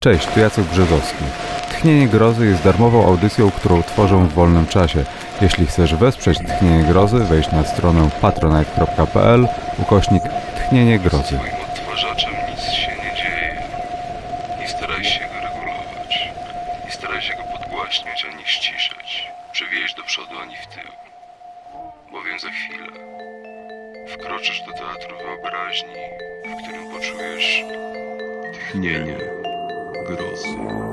Cześć, tu Jacek Brzezowski. Tchnienie Grozy jest darmową audycją, którą tworzę w wolnym czasie. Jeśli chcesz wesprzeć Tchnienie Grozy, wejdź na stronę patronite.pl/Tchnienie Grozy. Swoim odtwarzaczem nic się nie dzieje. Nie staraj się go regulować. Nie staraj się go podgłaśniać ani ściszać. Przewieźć do przodu ani w tył. Bowiem za chwilę wkroczysz do teatru wyobraźni, w którym poczujesz tchnienie grozy.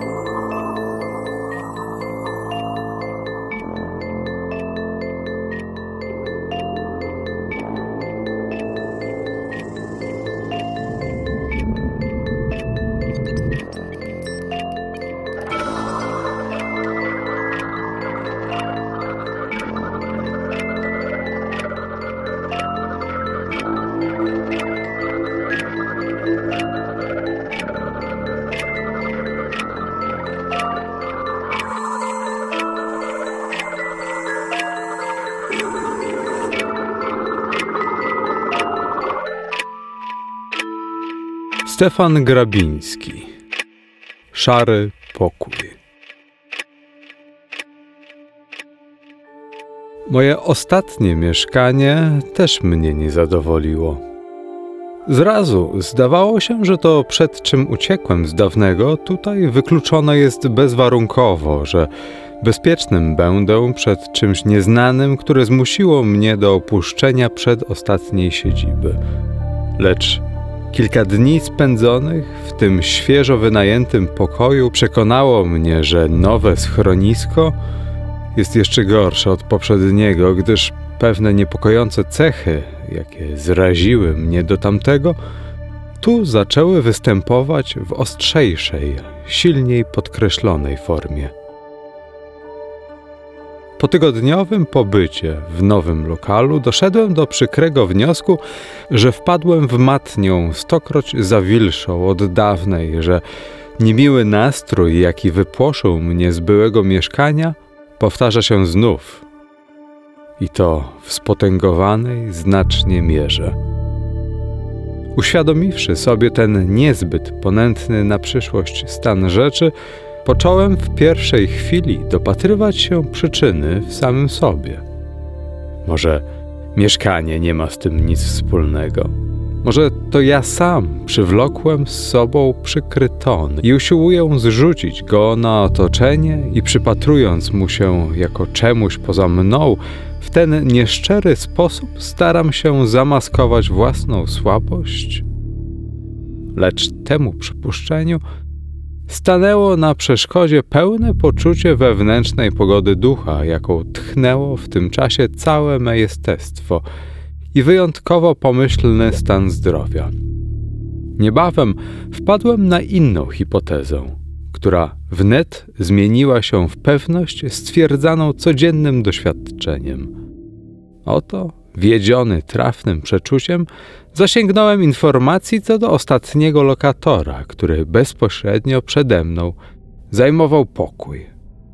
Stefan Grabiński. Szary pokój. Moje ostatnie mieszkanie też mnie nie zadowoliło. Zrazu zdawało się, że to przed czym uciekłem z dawnego tutaj wykluczone jest bezwarunkowo, że bezpiecznym będę przed czymś nieznanym, które zmusiło mnie do opuszczenia przedostatniej siedziby. Lecz kilka dni spędzonych w tym świeżo wynajętym pokoju przekonało mnie, że nowe schronisko jest jeszcze gorsze od poprzedniego, gdyż pewne niepokojące cechy, jakie zraziły mnie do tamtego, tu zaczęły występować w ostrzejszej, silniej podkreślonej formie. Po tygodniowym pobycie w nowym lokalu doszedłem do przykrego wniosku, że wpadłem w matnią stokroć zawilszą od dawnej, że niemiły nastrój, jaki wypłoszył mnie z byłego mieszkania, powtarza się znów. I to w spotęgowanej znacznie mierze. Uświadomiwszy sobie ten niezbyt ponętny na przyszłość stan rzeczy, począłem w pierwszej chwili dopatrywać się przyczyny w samym sobie. Może mieszkanie nie ma z tym nic wspólnego. Może to ja sam przywlokłem z sobą przykry ton i usiłuję zrzucić go na otoczenie i przypatrując mu się jako czemuś poza mną, w ten nieszczery sposób staram się zamaskować własną słabość. Lecz temu przypuszczeniu stanęło na przeszkodzie pełne poczucie wewnętrznej pogody ducha, jaką tchnęło w tym czasie całe me jestestwo i wyjątkowo pomyślny stan zdrowia. Niebawem wpadłem na inną hipotezę, która wnet zmieniła się w pewność stwierdzaną codziennym doświadczeniem. Oto, wiedziony trafnym przeczuciem, zasięgnąłem informacji co do ostatniego lokatora, który bezpośrednio przede mną zajmował pokój.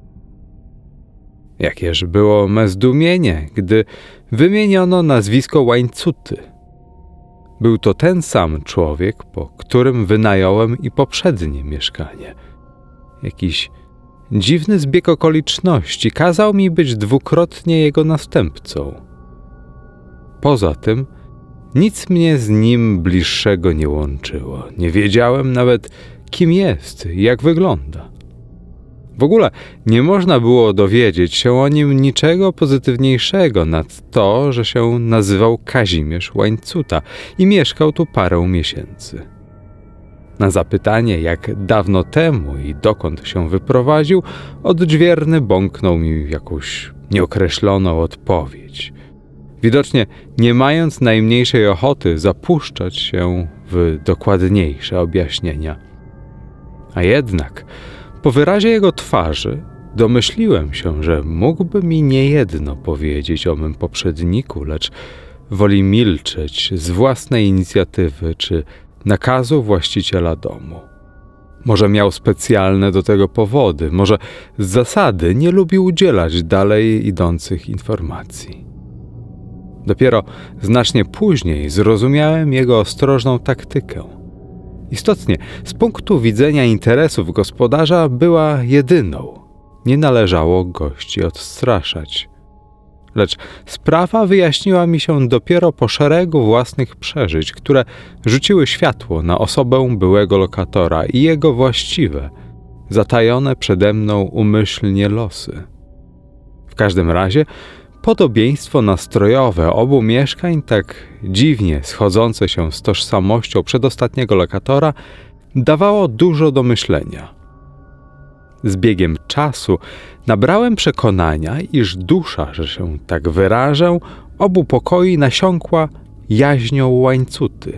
Jakież było me zdumienie, gdy wymieniono nazwisko Łańcuty. Był to ten sam człowiek, po którym wynająłem i poprzednie mieszkanie. Jakiś dziwny zbieg okoliczności kazał mi być dwukrotnie jego następcą. Poza tym nic mnie z nim bliższego nie łączyło. Nie wiedziałem nawet, kim jest i jak wygląda. W ogóle nie można było dowiedzieć się o nim niczego pozytywniejszego nad to, że się nazywał Kazimierz Łańcuta i mieszkał tu parę miesięcy. Na zapytanie, jak dawno temu i dokąd się wyprowadził, odźwierny bąknął mi jakąś nieokreśloną odpowiedź. Widocznie nie mając najmniejszej ochoty zapuszczać się w dokładniejsze objaśnienia. A jednak po wyrazie jego twarzy domyśliłem się, że mógłby mi niejedno powiedzieć o mym poprzedniku, lecz woli milczeć z własnej inicjatywy czy nakazu właściciela domu. Może miał specjalne do tego powody, może z zasady nie lubił udzielać dalej idących informacji. Dopiero znacznie później zrozumiałem jego ostrożną taktykę. Istotnie, z punktu widzenia interesów gospodarza była jedyną. Nie należało gości odstraszać. Lecz sprawa wyjaśniła mi się dopiero po szeregu własnych przeżyć, które rzuciły światło na osobę byłego lokatora i jego właściwe, zatajone przede mną umyślnie losy. W każdym razie podobieństwo nastrojowe obu mieszkań, tak dziwnie schodzące się z tożsamością przedostatniego lokatora, dawało dużo do myślenia. Z biegiem czasu nabrałem przekonania, iż dusza, że się tak wyrażę, obu pokoi nasiąkła jaźnią Łańcuty.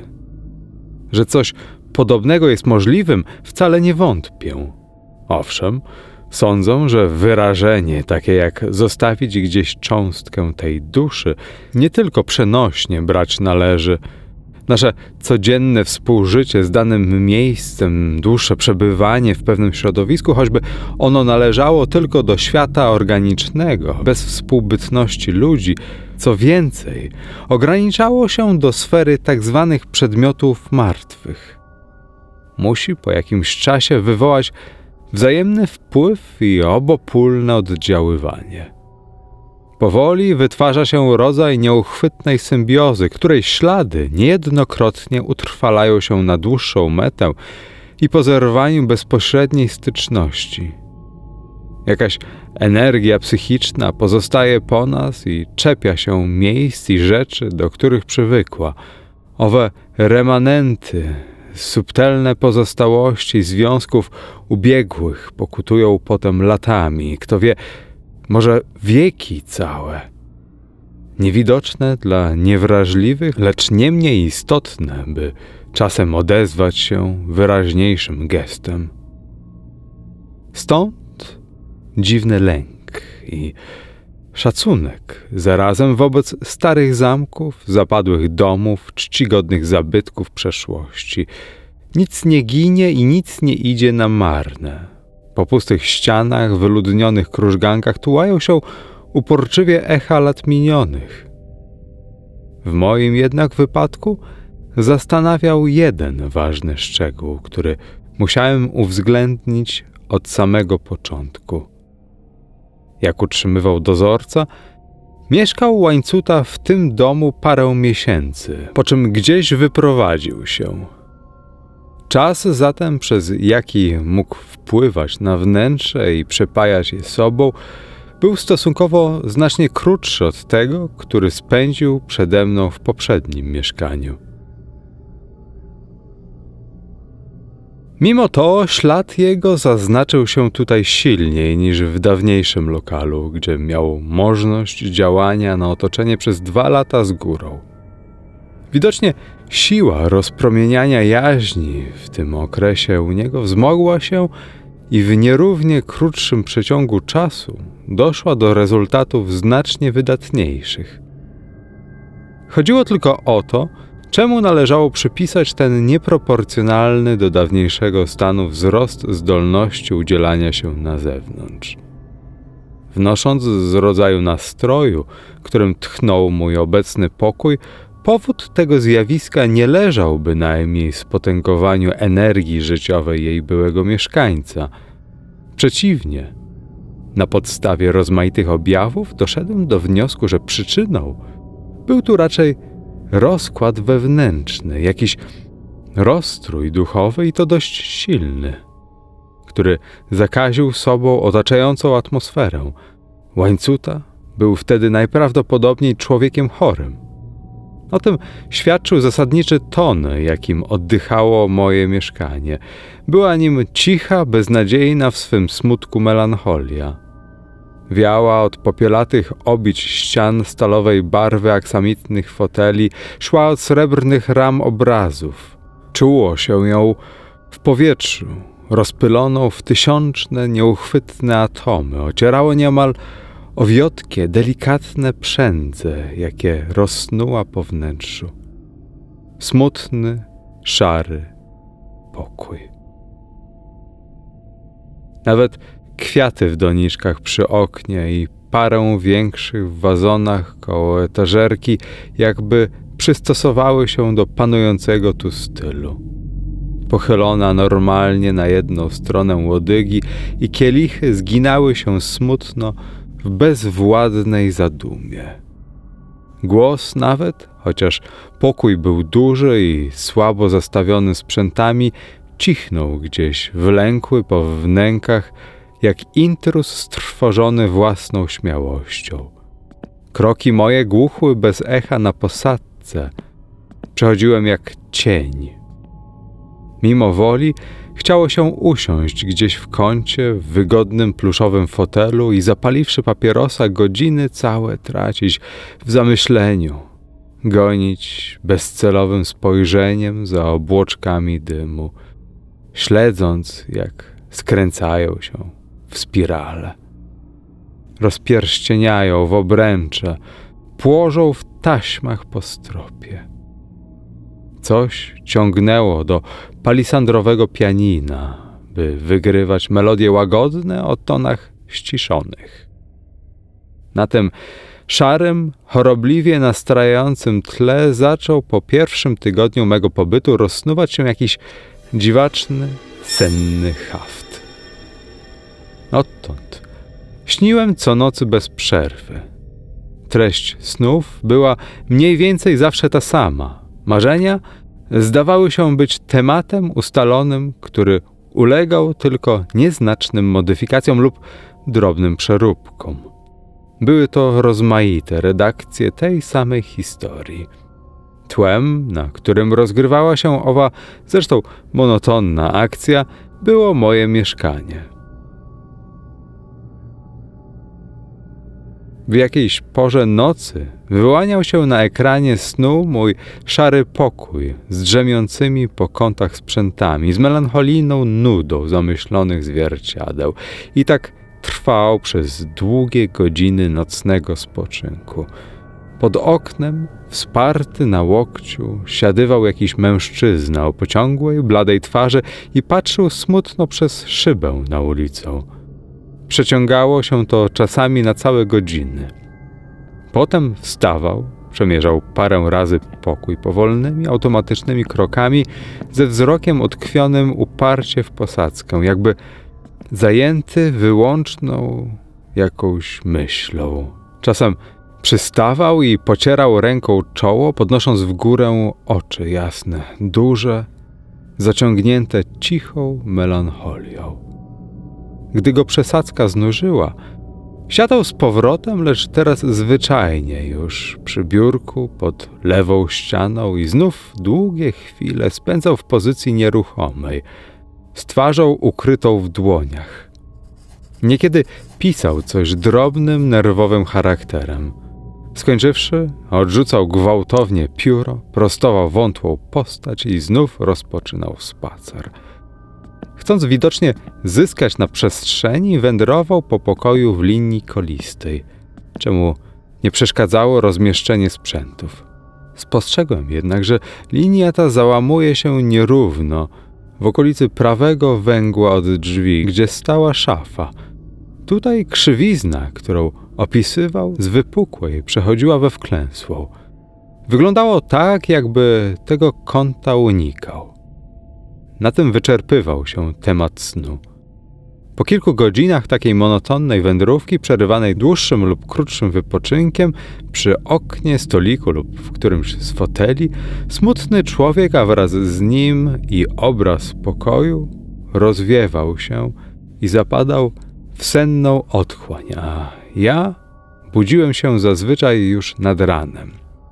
Że coś podobnego jest możliwym, wcale nie wątpię. Owszem, sądzę, że wyrażenie takie jak zostawić gdzieś cząstkę tej duszy nie tylko przenośnie brać należy. Nasze codzienne współżycie z danym miejscem, dłuższe przebywanie w pewnym środowisku, choćby ono należało tylko do świata organicznego, bez współbytności ludzi, co więcej, ograniczało się do sfery tak zwanych przedmiotów martwych. Musi po jakimś czasie wywołać wzajemny wpływ i obopólne oddziaływanie. Powoli wytwarza się rodzaj nieuchwytnej symbiozy, której ślady niejednokrotnie utrwalają się na dłuższą metę i po zerwaniu bezpośredniej styczności. Jakaś energia psychiczna pozostaje po nas i czepia się miejsc i rzeczy, do których przywykła. Owe remanenty, subtelne pozostałości związków ubiegłych pokutują potem latami, kto wie, może wieki całe. Niewidoczne dla niewrażliwych, lecz nie mniej istotne, by czasem odezwać się wyraźniejszym gestem. Stąd dziwny lęk i szacunek zarazem wobec starych zamków, zapadłych domów, czcigodnych zabytków przeszłości. Nic nie ginie i nic nie idzie na marne. Po pustych ścianach, wyludnionych krużgankach tułają się uporczywie echa lat minionych. W moim jednak wypadku zastanawiał jeden ważny szczegół, który musiałem uwzględnić od samego początku. Jak utrzymywał dozorca, mieszkał Łańcuta w tym domu parę miesięcy, po czym gdzieś wyprowadził się. Czas zatem, przez jaki mógł wpływać na wnętrze i przepajać je sobą, był stosunkowo znacznie krótszy od tego, który spędził przede mną w poprzednim mieszkaniu. Mimo to ślad jego zaznaczył się tutaj silniej niż w dawniejszym lokalu, gdzie miał możność działania na otoczenie przez 2 lata z górą. Widocznie siła rozpromieniania jaźni w tym okresie u niego wzmogła się i w nierównie krótszym przeciągu czasu doszła do rezultatów znacznie wydatniejszych. Chodziło tylko o to, czemu należało przypisać ten nieproporcjonalny do dawniejszego stanu wzrost zdolności udzielania się na zewnątrz. Wnosząc z rodzaju nastroju, którym tchnął mój obecny pokój, powód tego zjawiska nie leżał bynajmniej w spotęgowaniu energii życiowej jej byłego mieszkańca. Przeciwnie, na podstawie rozmaitych objawów doszedłem do wniosku, że przyczyną był tu raczej rozkład wewnętrzny, jakiś rozstrój duchowy i to dość silny, który zakaził sobą otaczającą atmosferę. Łańcuta był wtedy najprawdopodobniej człowiekiem chorym. O tym świadczył zasadniczy ton, jakim oddychało moje mieszkanie. Była nim cicha, beznadziejna w swym smutku melancholia. Wiała od popielatych obić ścian stalowej barwy aksamitnych foteli, szła od srebrnych ram obrazów. Czuło się ją w powietrzu, rozpyloną w tysiączne, nieuchwytne atomy. Ocierało niemal o wiotkie, delikatne przędze, jakie rosnuła po wnętrzu. Smutny, szary pokój. Nawet kwiaty w doniczkach przy oknie i parę większych w wazonach koło etażerki jakby przystosowały się do panującego tu stylu. pochylona normalnie na jedną stronę łodygi i kielichy zginały się smutno w bezwładnej zadumie. Głos nawet, chociaż pokój był duży i słabo zastawiony sprzętami, cichnął gdzieś wylękły po wnękach, jak intruz strwożony własną śmiałością. Kroki moje głuchły bez echa na posadzce. Przechodziłem jak cień. Mimo woli chciało się usiąść gdzieś w kącie, w wygodnym pluszowym fotelu i zapaliwszy papierosa godziny całe tracić w zamyśleniu, gonić bezcelowym spojrzeniem za obłoczkami dymu, śledząc jak skręcają się w spirale. Rozpierścieniają w obręcze, płożą w taśmach po stropie. Coś ciągnęło do palisandrowego pianina, by wygrywać melodie łagodne o tonach ściszonych. Na tym szarym, chorobliwie nastrajającym tle zaczął po pierwszym tygodniu mego pobytu rozsnuwać się jakiś dziwaczny, senny haft. Odtąd śniłem co nocy bez przerwy. Treść snów była mniej więcej zawsze ta sama. Marzenia zdawały się być tematem ustalonym, który ulegał tylko nieznacznym modyfikacjom lub drobnym przeróbkom. Były to rozmaite redakcje tej samej historii. Tłem, na którym rozgrywała się owa zresztą monotonna akcja, było moje mieszkanie. W jakiejś porze nocy wyłaniał się na ekranie snu mój szary pokój z drzemiącymi po kątach sprzętami, z melancholijną nudą zamyślonych zwierciadeł i tak trwał przez długie godziny nocnego spoczynku. Pod oknem, wsparty na łokciu, siadywał jakiś mężczyzna o pociągłej, bladej twarzy i patrzył smutno przez szybę na ulicę. Przeciągało się to czasami na całe godziny. Potem wstawał, przemierzał parę razy pokój powolnymi, automatycznymi krokami, ze wzrokiem utkwionym uparcie w posadzkę, jakby zajęty wyłączną jakąś myślą. Czasem przystawał i pocierał ręką czoło, podnosząc w górę oczy jasne, duże, zaciągnięte cichą melancholią. Gdy go przesadzka znużyła, siadał z powrotem, lecz teraz zwyczajnie już przy biurku pod lewą ścianą i znów długie chwile spędzał w pozycji nieruchomej, z twarzą ukrytą w dłoniach. Niekiedy pisał coś drobnym, nerwowym charakterem. Skończywszy, odrzucał gwałtownie pióro, prostował wątłą postać i znów rozpoczynał spacer. Chcąc widocznie zyskać na przestrzeni, wędrował po pokoju w linii kolistej, czemu nie przeszkadzało rozmieszczenie sprzętów. Spostrzegłem jednak, że linia ta załamuje się nierówno w okolicy prawego węgła od drzwi, gdzie stała szafa. Tutaj krzywizna, którą opisywał, z wypukłej przechodziła we wklęsłą. Wyglądało tak, jakby tego kąta unikał. Na tym wyczerpywał się temat snu. Po kilku godzinach takiej monotonnej wędrówki, przerywanej dłuższym lub krótszym wypoczynkiem, przy oknie, stoliku lub w którymś z foteli, smutny człowiek, a wraz z nim i obraz pokoju, rozwiewał się i zapadał w senną otchłań, a ja budziłem się zazwyczaj już nad ranem.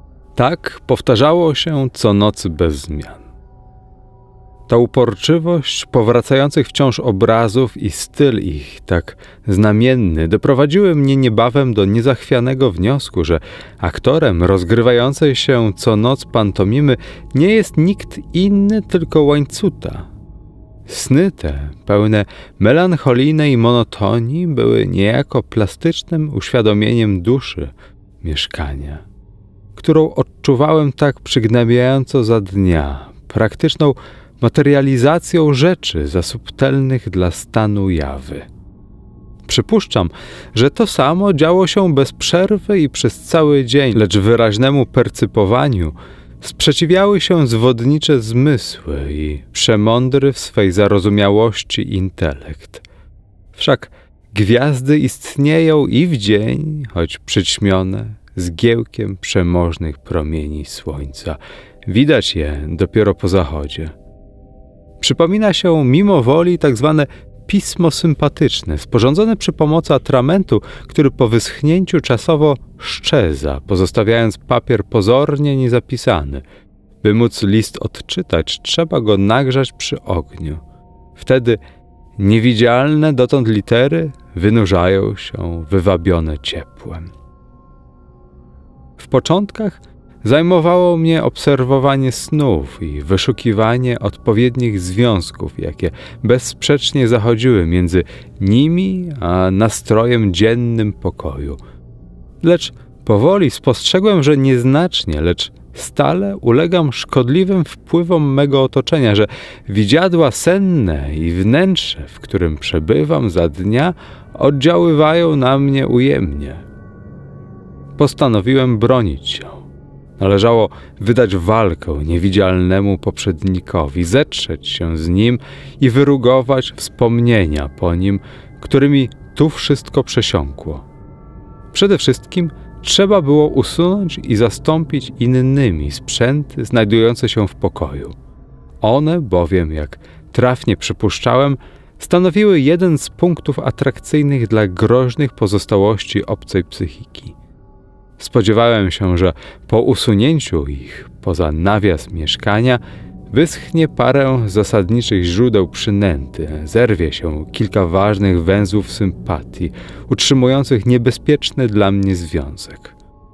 Tak powtarzało się co nocy bez zmian. Ta uporczywość powracających wciąż obrazów i styl ich tak znamienny doprowadziły mnie niebawem do niezachwianego wniosku, że aktorem rozgrywającej się co noc pantomimy nie jest nikt inny, tylko Łańcuta. Sny te, pełne melancholijnej monotonii, były niejako plastycznym uświadomieniem duszy mieszkania, którą odczuwałem tak przygnębiająco za dnia, praktyczną materializacją rzeczy za subtelnych dla stanu jawy. Przypuszczam, że to samo działo się bez przerwy i przez cały dzień, lecz wyraźnemu percypowaniu sprzeciwiały się zwodnicze zmysły i przemądry w swej zarozumiałości intelekt. Wszak gwiazdy istnieją i w dzień, choć przyćmione zgiełkiem przemożnych promieni słońca. Widać je dopiero po zachodzie. Przypomina się mimo woli tak zwane pismo sympatyczne, sporządzone przy pomocy atramentu, który po wyschnięciu czasowo szczeza, pozostawiając papier pozornie niezapisany. By móc list odczytać, trzeba go nagrzać przy ogniu. Wtedy niewidzialne dotąd litery wynurzają się wywabione ciepłem. W początkach zajmowało mnie obserwowanie snów i wyszukiwanie odpowiednich związków, jakie bezsprzecznie zachodziły między nimi a nastrojem dziennym pokoju. Lecz powoli spostrzegłem, że nieznacznie, lecz stale ulegam szkodliwym wpływom mego otoczenia, że widziadła senne i wnętrze, w którym przebywam za dnia, oddziaływają na mnie ujemnie. Postanowiłem bronić się. Należało wydać walkę niewidzialnemu poprzednikowi, zetrzeć się z nim i wyrugować wspomnienia po nim, którymi tu wszystko przesiąkło. Przede wszystkim trzeba było usunąć i zastąpić innymi sprzęty znajdujące się w pokoju. One bowiem, jak trafnie przypuszczałem, stanowiły jeden z punktów atrakcyjnych dla groźnych pozostałości obcej psychiki. Spodziewałem się, że po usunięciu ich poza nawias mieszkania wyschnie parę zasadniczych źródeł przynęty, zerwie się kilka ważnych węzłów sympatii, utrzymujących niebezpieczny dla mnie związek.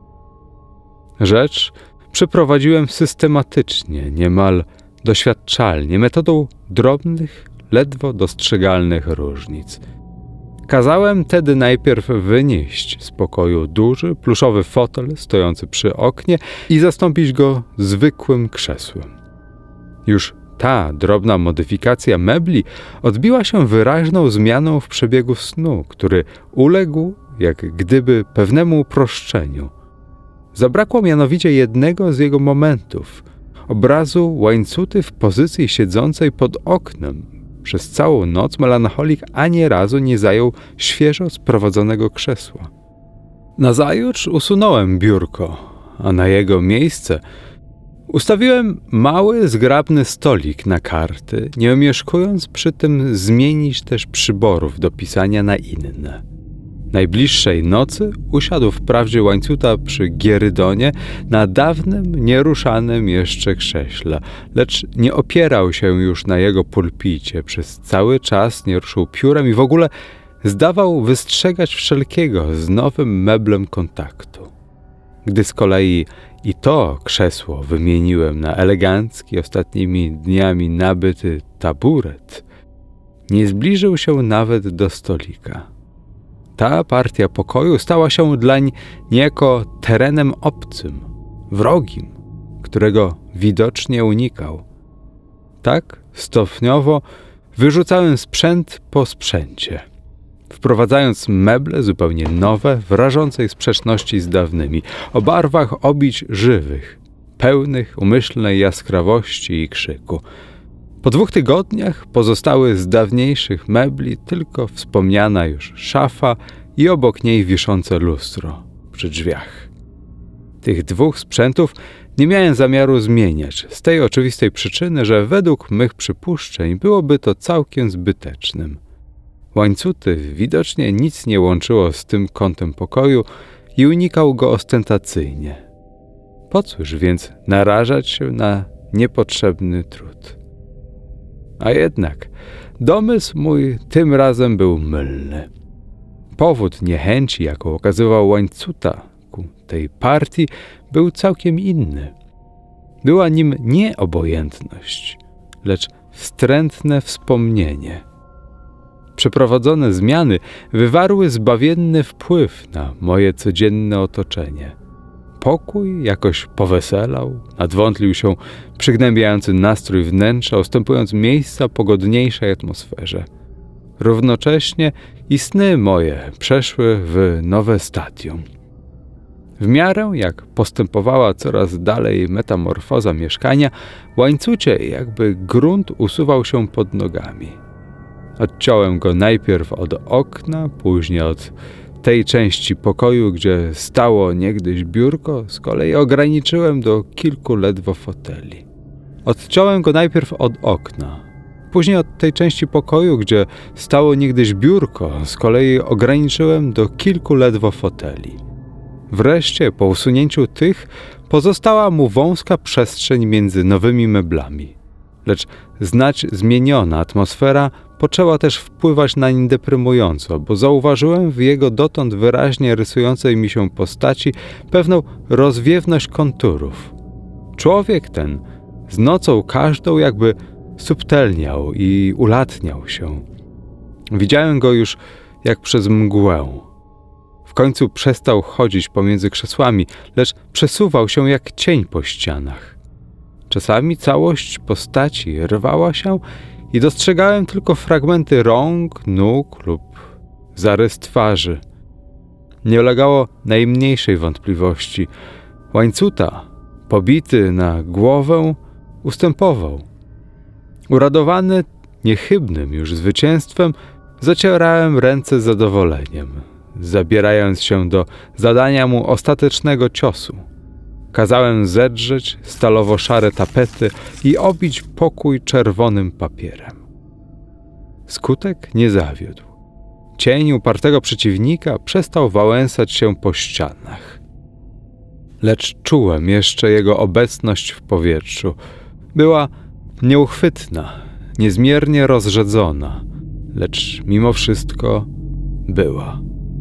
Rzecz przeprowadziłem systematycznie, niemal doświadczalnie, metodą drobnych, ledwo dostrzegalnych różnic. Kazałem tedy najpierw wynieść z pokoju duży, pluszowy fotel stojący przy oknie i zastąpić go zwykłym krzesłem. Już ta drobna modyfikacja mebli odbiła się wyraźną zmianą w przebiegu snu, który uległ jak gdyby pewnemu uproszczeniu. Zabrakło mianowicie jednego z jego momentów, obrazu łańcuty w pozycji siedzącej pod oknem. Przez całą noc melancholik ani razu nie zajął świeżo sprowadzonego krzesła. Nazajutrz usunąłem biurko, a na jego miejsce ustawiłem mały, zgrabny stolik na karty, nie omieszkując przy tym zmienić też przyborów do pisania na inne. Najbliższej nocy usiadł wprawdzie łańcuta przy Gierydonie na dawnym, nieruszanym jeszcze krześle, lecz nie opierał się już na jego pulpicie, przez cały czas nie ruszył piórem i w ogóle zdawał wystrzegać wszelkiego z nowym meblem kontaktu. Gdy z kolei i to krzesło wymieniłem na elegancki, ostatnimi dniami nabyty taburet, nie zbliżył się nawet do stolika. Ta partia pokoju stała się dlań niejako terenem obcym, wrogim, którego widocznie unikał. Tak stopniowo wyrzucałem sprzęt po sprzęcie, wprowadzając meble zupełnie nowe w rażącej sprzeczności z dawnymi, o barwach obić żywych, pełnych umyślnej jaskrawości i krzyku. Po 2 tygodniach pozostały z dawniejszych mebli tylko wspomniana już szafa i obok niej wiszące lustro przy drzwiach. Tych 2 sprzętów nie miałem zamiaru zmieniać, z tej oczywistej przyczyny, że według mych przypuszczeń byłoby to całkiem zbytecznym. Łańcuty widocznie nic nie łączyło z tym kątem pokoju i unikał go ostentacyjnie. Po cóż więc narażać się na niepotrzebny trud? A jednak domysł mój tym razem był mylny. Powód niechęci, jaką okazywał łańcuta ku tej partii, był całkiem inny. Była nim nie obojętność, lecz wstrętne wspomnienie. Przeprowadzone zmiany wywarły zbawienny wpływ na moje codzienne otoczenie. Pokój jakoś poweselał, nadwątlił się przygnębiający nastrój wnętrza, ustępując miejsca pogodniejszej atmosferze. Równocześnie i sny moje przeszły w nowe stadium. W miarę jak postępowała coraz dalej metamorfoza mieszkania, w łańcucie jakby grunt usuwał się pod nogami. Odciąłem go najpierw od okna, później od tej części pokoju, gdzie stało niegdyś biurko, z kolei ograniczyłem do kilku ledwo foteli. Odciąłem go najpierw od okna, później od tej części pokoju, gdzie stało niegdyś biurko, z kolei ograniczyłem do kilku ledwo foteli. Wreszcie, po usunięciu tych, pozostała mu wąska przestrzeń między nowymi meblami. Lecz znać zmieniona atmosfera poczęła też wpływać nań deprymująco, bo zauważyłem w jego dotąd wyraźnie rysującej mi się postaci pewną rozwiewność konturów. Człowiek ten z nocą każdą jakby subtelniał i ulatniał się. Widziałem go już jak przez mgłę. W końcu przestał chodzić pomiędzy krzesłami, lecz przesuwał się jak cień po ścianach. Czasami całość postaci rwała się i dostrzegałem tylko fragmenty rąk, nóg lub zarys twarzy. Nie ulegało najmniejszej wątpliwości. Łańcuta, pobity na głowę, ustępował. Uradowany niechybnym już zwycięstwem, zacierałem ręce z zadowoleniem, zabierając się do zadania mu ostatecznego ciosu. Kazałem zedrzeć stalowo-szare tapety i obić pokój czerwonym papierem. Skutek nie zawiódł. Cień upartego przeciwnika przestał wałęsać się po ścianach. Lecz czułem jeszcze jego obecność w powietrzu. Była nieuchwytna, niezmiernie rozrzedzona, lecz mimo wszystko była.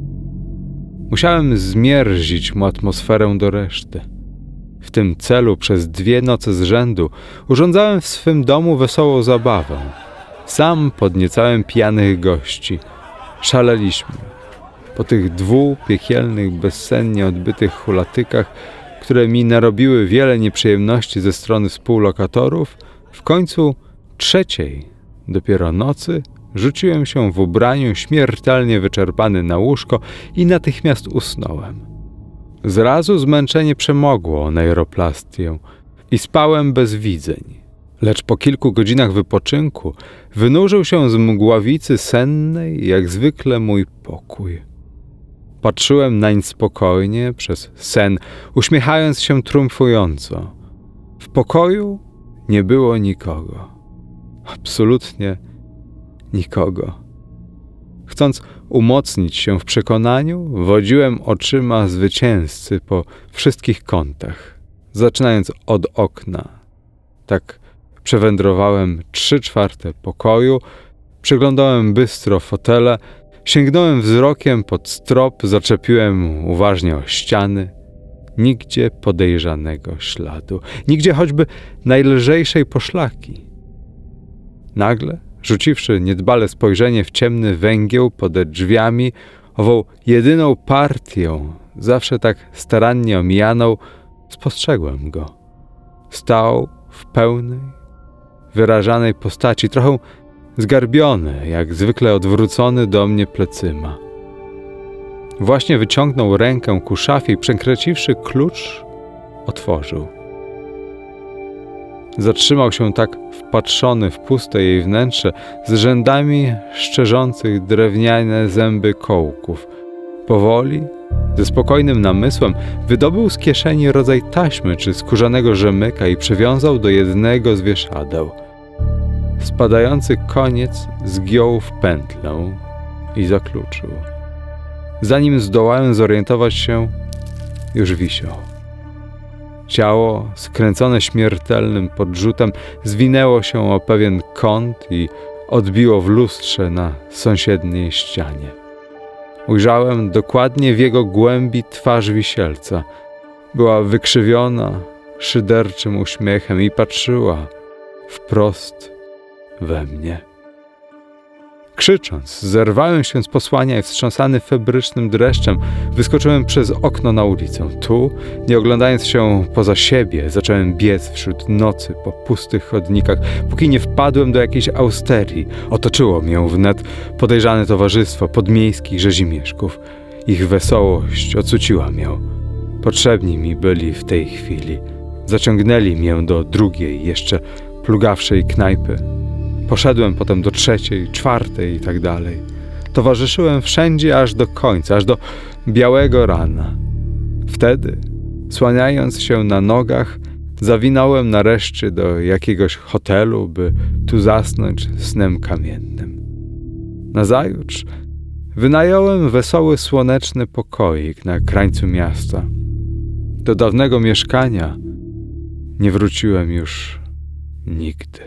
Musiałem zmierzić mu atmosferę do reszty. W tym celu przez 2 noce z rzędu urządzałem w swym domu wesołą zabawę. Sam podniecałem pijanych gości. Szaleliśmy. Po tych 2 piekielnych, bezsennie odbytych hulatykach, które mi narobiły wiele nieprzyjemności ze strony współlokatorów, w końcu 3. dopiero nocy rzuciłem się w ubraniu śmiertelnie wyczerpany na łóżko i natychmiast usnąłem. Zrazu zmęczenie przemogło neuroplastię i spałem bez widzeń. Lecz po kilku godzinach wypoczynku wynurzył się z mgławicy sennej jak zwykle mój pokój. Patrzyłem nań spokojnie przez sen, uśmiechając się triumfująco. W pokoju nie było nikogo. Absolutnie nikogo. Chcąc umocnić się w przekonaniu, wodziłem oczyma zwycięzcy po wszystkich kątach, zaczynając od okna. Tak przewędrowałem 3/4 pokoju, przyglądałem bystro fotele, sięgnąłem wzrokiem pod strop, zaczepiłem uważnie o ściany. Nigdzie podejrzanego śladu, nigdzie choćby najlżejszej poszlaki. Nagle, rzuciwszy niedbale spojrzenie w ciemny węgieł pode drzwiami, ową jedyną partię, zawsze tak starannie omijaną, spostrzegłem go. Stał w pełnej, wyrażanej postaci, trochę zgarbiony, jak zwykle odwrócony do mnie plecyma. Właśnie wyciągnął rękę ku szafie i przekręciwszy klucz, otworzył. Zatrzymał się tak wpatrzony w puste jej wnętrze z rzędami szczerzących drewniane zęby kołków. Powoli, ze spokojnym namysłem wydobył z kieszeni rodzaj taśmy czy skórzanego rzemyka i przywiązał do jednego z wieszadeł. Spadający koniec zgiął w pętlę i zakluczył. Zanim zdołałem zorientować się, już wisiał. Ciało, skręcone śmiertelnym podrzutem, zwinęło się o pewien kąt i odbiło w lustrze na sąsiedniej ścianie. Ujrzałem dokładnie w jego głębi twarz wisielca. Była wykrzywiona szyderczym uśmiechem i patrzyła wprost we mnie. Krzycząc, zerwałem się z posłania i wstrząsany febrycznym dreszczem wyskoczyłem przez okno na ulicę. Tu, nie oglądając się poza siebie, zacząłem biec wśród nocy po pustych chodnikach, póki nie wpadłem do jakiejś austerii. Otoczyło mię wnet podejrzane towarzystwo podmiejskich rzezimieszków. Ich wesołość ocuciła mię. Potrzebni mi byli w tej chwili. Zaciągnęli mię do drugiej, jeszcze plugawszej knajpy. Poszedłem potem do trzeciej, czwartej i tak dalej. Towarzyszyłem wszędzie aż do końca, aż do białego rana. Wtedy, słaniając się na nogach, zawinąłem nareszcie do jakiegoś hotelu, by tu zasnąć snem kamiennym. Nazajutrz wynająłem wesoły, słoneczny pokoik na krańcu miasta. Do dawnego mieszkania nie wróciłem już nigdy.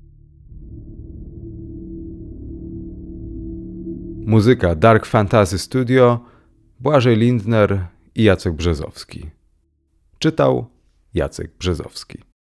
Muzyka Dark Fantasy Studio, Błażej Lindner i Jacek Brzezowski. Czytał Jacek Brzezowski.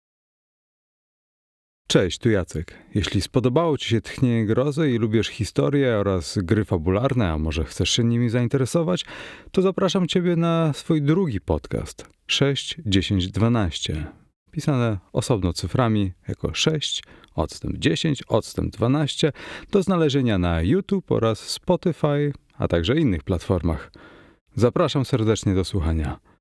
Cześć, tu Jacek. Jeśli spodobało Ci się Tchnienie Grozy i lubisz historie oraz gry fabularne, a może chcesz się nimi zainteresować, to zapraszam Ciebie na swój drugi podcast 6, 10, 12. Pisane osobno cyframi jako 6, odstęp 10, odstęp 12 do znalezienia na YouTube oraz Spotify, a także innych platformach. Zapraszam serdecznie do słuchania.